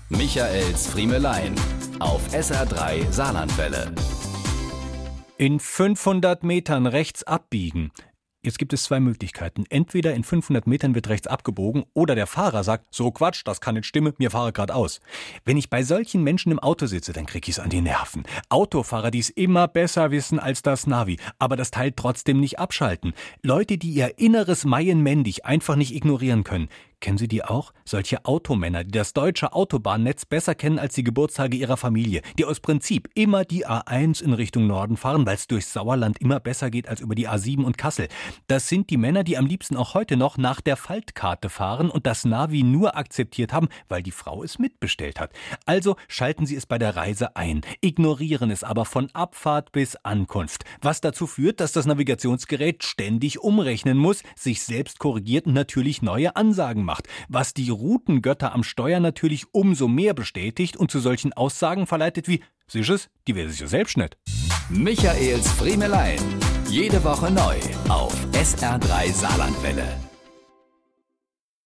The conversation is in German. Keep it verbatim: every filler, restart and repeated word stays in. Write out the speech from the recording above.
Michaels Friemelein auf S R drei Saarlandwelle. In fünfhundert Metern rechts abbiegen. Jetzt gibt es zwei Möglichkeiten. Entweder in fünfhundert Metern wird rechts abgebogen oder der Fahrer sagt, so Quatsch, das kann nicht stimmen, mir fahre geradeaus. Wenn ich bei solchen Menschen im Auto sitze, dann krieg ich's an die Nerven. Autofahrer, die es immer besser wissen als das Navi, aber das Teil trotzdem nicht abschalten. Leute, die ihr inneres Mayen-Mendig einfach nicht ignorieren können. Kennen Sie die auch? Solche Automänner, die das deutsche Autobahnnetz besser kennen als die Geburtstage ihrer Familie, die aus Prinzip immer die A eins in Richtung Norden fahren, weil es durchs Sauerland immer besser geht als über die A sieben und Kassel. Das sind die Männer, die am liebsten auch heute noch nach der Faltkarte fahren und das Navi nur akzeptiert haben, weil die Frau es mitbestellt hat. Also schalten Sie es bei der Reise ein, ignorieren es aber von Abfahrt bis Ankunft. Was dazu führt, dass das Navigationsgerät ständig umrechnen muss, sich selbst korrigiert und natürlich neue Ansagen macht. Macht, was die Routengötter am Steuer natürlich umso mehr bestätigt und zu solchen Aussagen verleitet wie, siehst es, die wäre sich ja selbst nicht. Michaels Friemelein. Jede Woche neu auf S R drei Saarlandwelle.